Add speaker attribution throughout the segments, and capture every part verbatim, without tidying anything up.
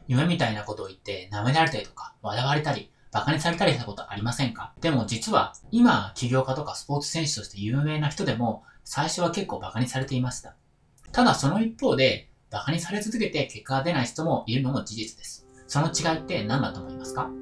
Speaker 1: 夢みたいなことを言って舐められたりとか、笑われたり、馬鹿にされたりしたことありませんか？でも実は、今、起業家とかスポーツ選手として有名な人でも、最初は結構馬鹿にされていました。ただその一方で、馬鹿にされ続けて結果が出ない人もいるのも事実です。その違いって何だと思いますか？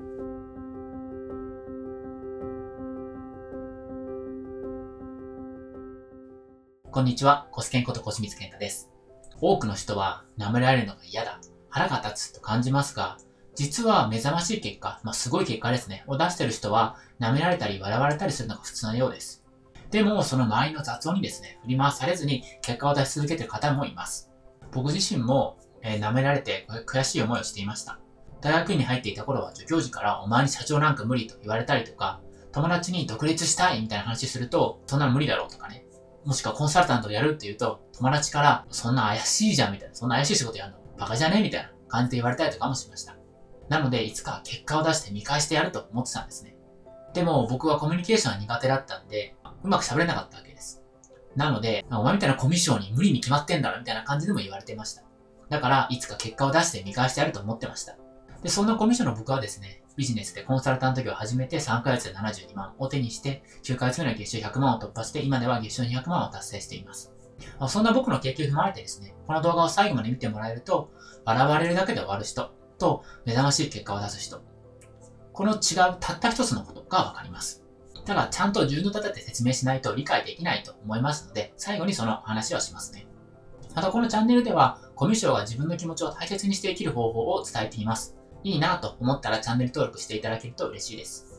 Speaker 1: こんにちは、コスケンこと小清水健太です。多くの人は舐められるのが嫌だ、腹が立つと感じますが、実は目覚ましい結果、まあ、すごい結果ですね、を出している人は舐められたり笑われたりするのが普通のようです。でも、その周りの雑音にですね、振り回されずに結果を出し続けている方もいます。僕自身も、えー、舐められて悔しい思いをしていました。大学院に入っていた頃は助教授からお前に社長なんか無理と言われたりとか、友達に独立したいみたいな話すると、そんなの無理だろうとかね。もしくはコンサルタントでやるって言うと、友達から、そんな怪しいじゃんみたいな、そんな怪しい仕事やるのバカじゃねみたいな感じで言われたりとかもしました。なので、いつか結果を出して見返してやると思ってたんですね。でも、僕はコミュニケーションが苦手だったんで、うまく喋れなかったわけです。なので、お前みたいなコミュ障に無理に決まってんだろみたいな感じでも言われてました。だから、いつか結果を出して見返してやると思ってました。で、そんなコミュ障の僕はですね、ビジネスでコンサルタント業を始めてさんかげつでななじゅうにまんを手にして、きゅうかげつめの月収ひゃくまんを突破して、今では月収にひゃくまんを達成しています。そんな僕の経験を踏まえてですね、この動画を最後まで見てもらえると、笑われるだけで終わる人と目覚ましい結果を出す人、この違うたった一つのことがわかります。ただ、ちゃんと順序立てて説明しないと理解できないと思いますので、最後にその話をしますね。またこのチャンネルでは、コミュ障が自分の気持ちを大切にして生きる方法を伝えています。いいなと思ったらチャンネル登録していただけると嬉しいです。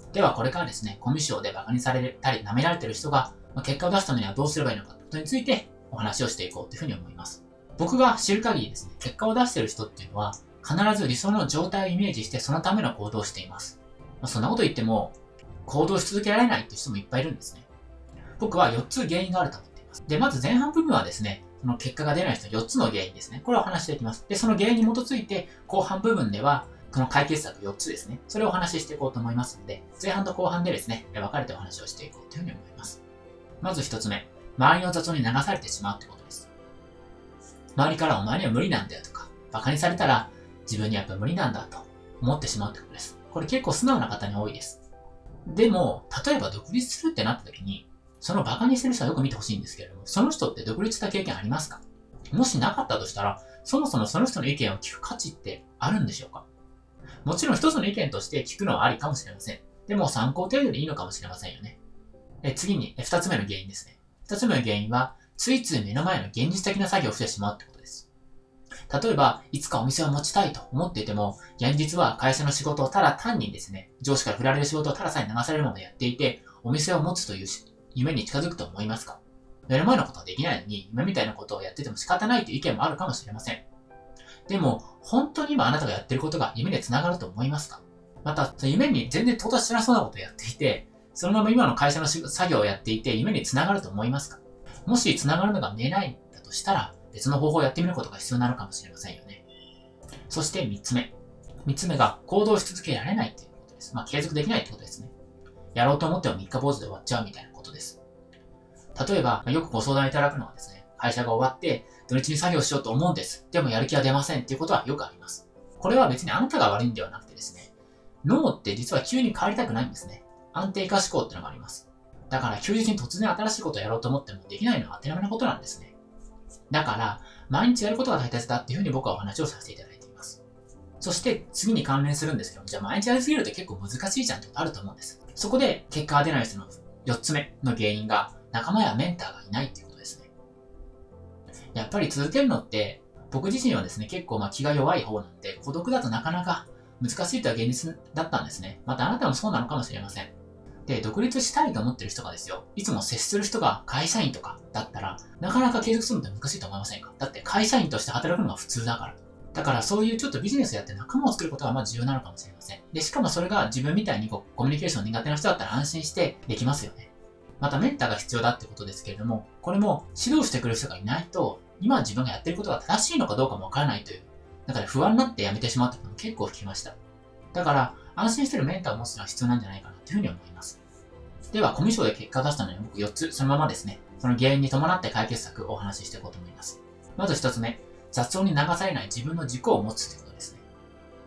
Speaker 1: ではこれからですね、コミュ障で馬鹿にされたり舐められている人が、結果を出すためにはどうすればいいのかということについてお話をしていこうというふうに思います。僕が知る限りですね、結果を出している人っていうのは、必ず理想の状態をイメージしてそのための行動をしています。まあ、そんなこと言っても、行動し続けられないっていう人もいっぱいいるんですね。僕はよっつ原因があると思っています。で、まず前半部分はですね、その結果が出ない人よっつの原因ですね。これをお話していきます。で、その原因に基づいて、後半部分では、この解決策よっつですね。それをお話ししていこうと思いますので、前半と後半でですね、分かれてお話をしていこうというふうに思います。まずひとつめ、周りの雑音に流されてしまうということです。周りからお前には無理なんだよとか、馬鹿にされたら自分にやっぱ無理なんだと思ってしまうということです。これ結構素直な方に多いです。でも、例えば独立するってなった時に、その馬鹿にしてる人はよく見てほしいんですけれども、その人って独立した経験ありますか？もしなかったとしたら、そもそもその人の意見を聞く価値ってあるんでしょうか？もちろん一つの意見として聞くのはありかもしれません。でも参考程度でいいのかもしれませんよね。え次に、二つ目の原因ですね。二つ目の原因は、ついつい目の前の現実的な作業をしてしまうってことです。例えば、いつかお店を持ちたいと思っていても、現実は会社の仕事をただ単にですね、上司から振られる仕事をたださえ流されるままやっていて、お店を持つという夢に近づくと思いますか？目の前のことはできないのに、夢みたいなことをやってても仕方ないという意見もあるかもしれません。でも、本当に今あなたがやっていることが夢につながると思いますか？また、夢に全然到達しなそうなことをやっていて、そのまま今の会社の作業をやっていて、夢につながると思いますか？もしつながるのが見えないんだとしたら、別の方法をやってみることが必要なのかもしれませんよね。そしてみっつめ。みっつめが行動し続けられないということです。まあ、継続できないってことですね。やろうと思っても三日坊主で終わっちゃうみたいなことです。例えば、よくご相談いただくのはですね、会社が終わって、土日に作業しようと思うんです。でもやる気は出ませんっていうことはよくあります。これは別にあなたが悪いんではなくてですね、脳って実は急に変わりたくないんですね。安定化思考っていうのがあります。だから休日に突然新しいことをやろうと思ってもできないのは当たり前なことなんですね。だから、毎日やることが大切だっていうふうに僕はお話をさせていただいています。そして次に関連するんですけど、じゃあ毎日やりすぎると結構難しいじゃんってことあると思うんです。そこで結果が出ない人のよっつめの原因が仲間やメンターがいないっていうことですね。やっぱり続けるのって僕自身はですね、結構まあ気が弱い方なんで、孤独だとなかなか難しいとは現実だったんですね。またあなたもそうなのかもしれません。で、独立したいと思ってる人がですよ、いつも接する人が会社員とかだったら、なかなか継続するのって難しいと思いませんか？だって会社員として働くのが普通だから。だからそういうちょっとビジネスやって仲間を作ることがまあ重要なのかもしれません。で、しかもそれが自分みたいにこうコミュニケーション苦手な人だったら安心してできますよね。またメンターが必要だってことですけれども、これも指導してくれる人がいないと、今自分がやってることが正しいのかどうかもわからないという、だから不安になってやめてしまうってことも結構聞きました。だから安心してるメンターを持つのは必要なんじゃないかなというふうに思います。では、コミュ障で結果を出したのに僕よっつ、そのままですね、その原因に伴って解決策をお話ししていこうと思います。まずひとつめ、雑音に流されない自分の軸を持つということですね。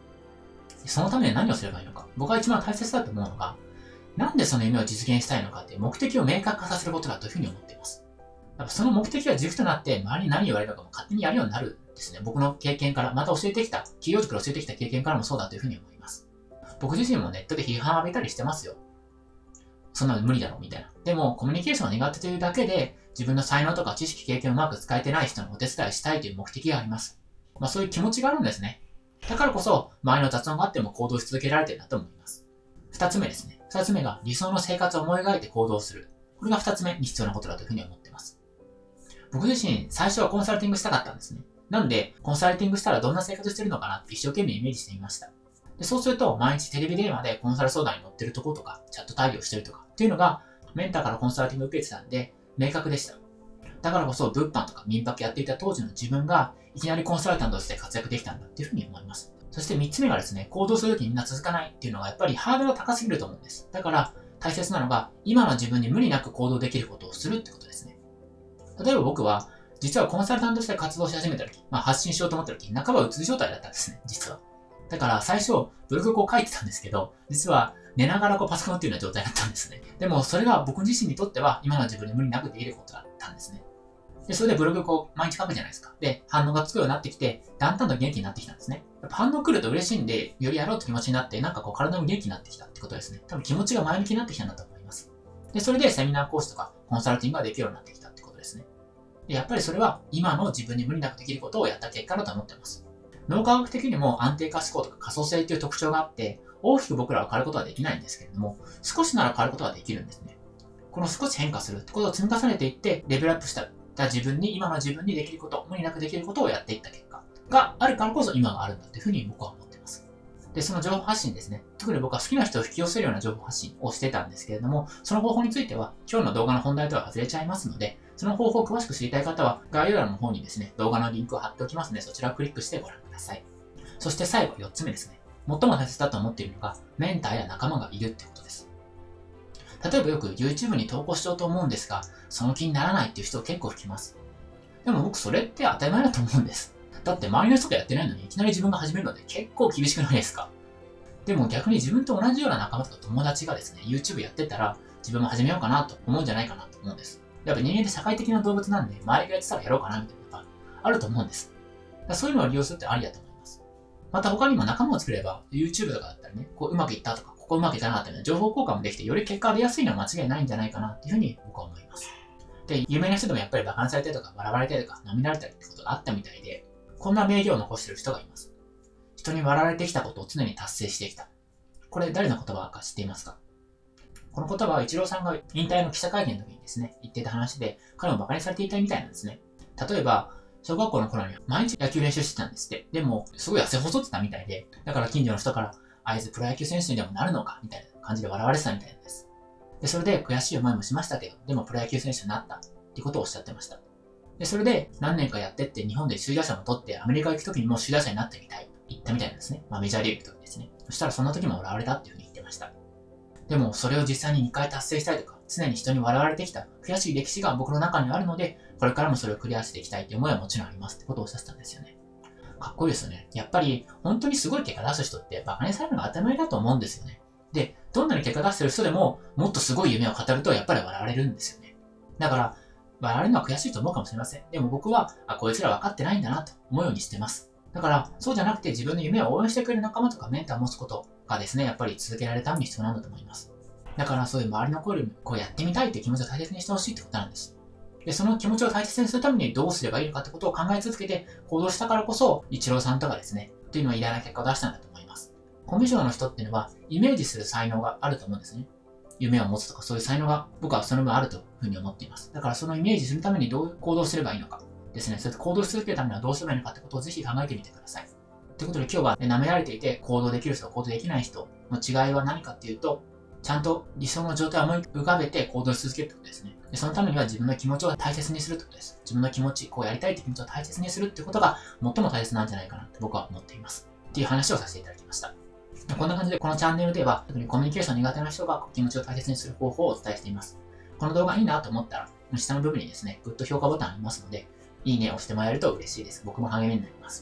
Speaker 1: そのためには何をすればいいのか。僕が一番大切だと思うのが、なんでその夢を実現したいのかっていう目的を明確化させることだというふうに思っています。やっぱその目的が軸となって、周りに何言われるのかも勝手にやるようになるんですね。僕の経験から、また教えてきた、企業塾で教えてきた経験からもそうだというふうに思います。僕自身もネットで批判を浴びたりしてますよ。そんなの無理だろ、みたいな。でも、コミュニケーションが苦手というだけで、自分の才能とか知識、経験をうまく使えてない人のお手伝いしたいという目的があります。まあそういう気持ちがあるんですね。だからこそ、周りの雑音があっても行動し続けられてるなと思います。二つ目ですね。二つ目が理想の生活を思い描いて行動する。これが二つ目に必要なことだというふうに思っています。僕自身、最初はコンサルティングしたかったんですね。なんで、コンサルティングしたらどんな生活してるのかなって一生懸命イメージしてみました。でそうすると、毎日テレビ電話でコンサル相談に乗ってるところとか、チャット対応してるとかっていうのが、メンターからコンサルティング受けてたんで、明確でした。だからこそ、物販とか民泊やっていた当時の自分が、いきなりコンサルタントとして活躍できたんだっていうふうに思います。そして三つ目がですね、行動するときにみんな続かないっていうのが、やっぱりハードルが高すぎると思うんです。だから、大切なのが、今の自分に無理なく行動できることをするってことですね。例えば僕は、実はコンサルタントとして活動し始めたとき、まあ発信しようと思ったとき、半ばうつ状態だったんですね、実は。だから最初、ブログこう書いてたんですけど、実は寝ながらこうパソコン打っていうような状態だったんですね。でもそれが僕自身にとっては今の自分に無理なくできることだったんですね。で、それでブログこう毎日書くじゃないですか。で、反応がつくようになってきて、だんだんと元気になってきたんですね。やっぱ反応来ると嬉しいんで、よりやろうって気持ちになって、なんかこう体も元気になってきたってことですね。多分気持ちが前向きになってきたんだと思います。で、それでセミナー講師とかコンサルティングができるようになってきたってことですね。で、やっぱりそれは今の自分に無理なくできることをやった結果だと思っています。脳科学的にも安定化思考とか可塑性という特徴があって、大きく僕らは変わることはできないんですけれども、少しなら変わることができるんですね。この少し変化するってことを積み重ねていって、レベルアップした自分に、今の自分にできること、無理なくできることをやっていった結果があるからこそ今があるんだというふうに僕は思っています。で、その情報発信ですね。特に僕は好きな人を引き寄せるような情報発信をしてたんですけれども、その方法については今日の動画の本題とは外れちゃいますので、その方法を詳しく知りたい方は概要欄の方にですね、動画のリンクを貼っておきますので、そちらをクリックしてご覧ください。そして最後よっつめですね。最も大切だと思っているのが、メンターや仲間がいるってことです。例えばよく YouTube に投稿しようと思うんですが、その気にならないっていう人結構聞きます。でも僕それって当たり前だと思うんです。だって周りの人がやってないのにいきなり自分が始めるので結構厳しくないですか？でも逆に自分と同じような仲間とか友達がですね、YouTube やってたら自分も始めようかなと思うんじゃないかなと思うんです。やっぱ人間って社会的な動物なんで、周りがやってたらやろうかなみたいなのがあると思うんです。だからそういうのを利用するってありだと思います。また他にも仲間を作れば、YouTube とかだったらね、こううまくいったとか、ここうまくいかなかったみたいな情報交換もできて、より結果が出やすいのは間違いないんじゃないかなっていうふうに僕は思います。で、有名な人でもやっぱり馬鹿にされたりとか、笑われたりとか、舐められたりってことがあったみたいで、こんな名言を残してる人がいます。人に笑われてきたことを常に達成してきた。これ誰の言葉か知っていますか？この言葉はイチローさんが引退の記者会見の時にですね、言っていた話で、彼も馬鹿にされていたみたいなんですね。例えば、小学校の頃には毎日野球練習してたんですって。でも、すごい痩せ細ってたみたいで、だから近所の人から、あいつプロ野球選手にでもなるのかみたいな感じで笑われてたみたいなんです。で、それで悔しい思いもしましたけど、でもプロ野球選手になったっていうことをおっしゃってました。で、それで何年かやってって日本で首位打者も取ってアメリカ行く時にも首位打者になってみたいと言ったみたいなんですね。まあメジャーリーグ行く時ですね。そしたらそんな時も笑われたっていうふうに言ってました。でもそれを実際ににかい達成したいとか、常に人に笑われてきた悔しい歴史が僕の中にはあるので、これからもそれをクリアしていきたいという思いはもちろんありますってことをおっしゃってたんですよね。かっこいいですよね。やっぱり本当にすごい結果出す人ってバカにされるのが当たり前だと思うんですよね。で、どんなに結果出してる人でも、もっとすごい夢を語るとやっぱり笑われるんですよね。だから、笑われるのは悔しいと思うかもしれません。でも僕は、あ、こいつら分かってないんだなと思うようにしてます。だから、そうじゃなくて自分の夢を応援してくれる仲間とかメンターを持つことがですね、やっぱり続けられるために必要なんだと思います。だからそういう周りの声をこうやってみたいという気持ちを大切にしてほしいってことなんです。で、その気持ちを大切にするためにどうすればいいのかってことを考え続けて行動したからこそ、イチローさんとかですね、っていうのは偉大な結果を出したんだと思います。コミュ障の人っていうのはイメージする才能があると思うんですね。夢を持つとかそういう才能が僕はその分あるというふうに思っています。だからそのイメージするためにどう行動すればいいのかですね。それと行動し続けるためにはどうすればいいのかってことをぜひ考えてみてください。ということで今日は、ね、舐められていて行動できる人と行動できない人の違いは何かっていうと、ちゃんと理想の状態を思い浮かべて行動し続けるってことですね。でそのためには自分の気持ちを大切にするってことです。自分の気持ち、こうやりたいって気持ちを大切にするってことが最も大切なんじゃないかなって僕は思っています。っていう話をさせていただきました。こんな感じでこのチャンネルでは特にコミュニケーション苦手な人が気持ちを大切にする方法をお伝えしています。この動画いいなと思ったら、下の部分にですね、グッド評価ボタンありますので、いいねを押してもらえると嬉しいです。僕も励みになります。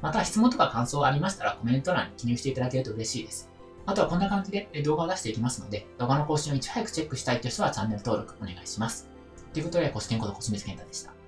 Speaker 1: また質問とか感想ありましたらコメント欄に記入していただけると嬉しいです。あとはこんな感じで動画を出していきますので、動画の更新をいち早くチェックしたいという人はチャンネル登録お願いします。ということで、コスケンこと小清水健太でした。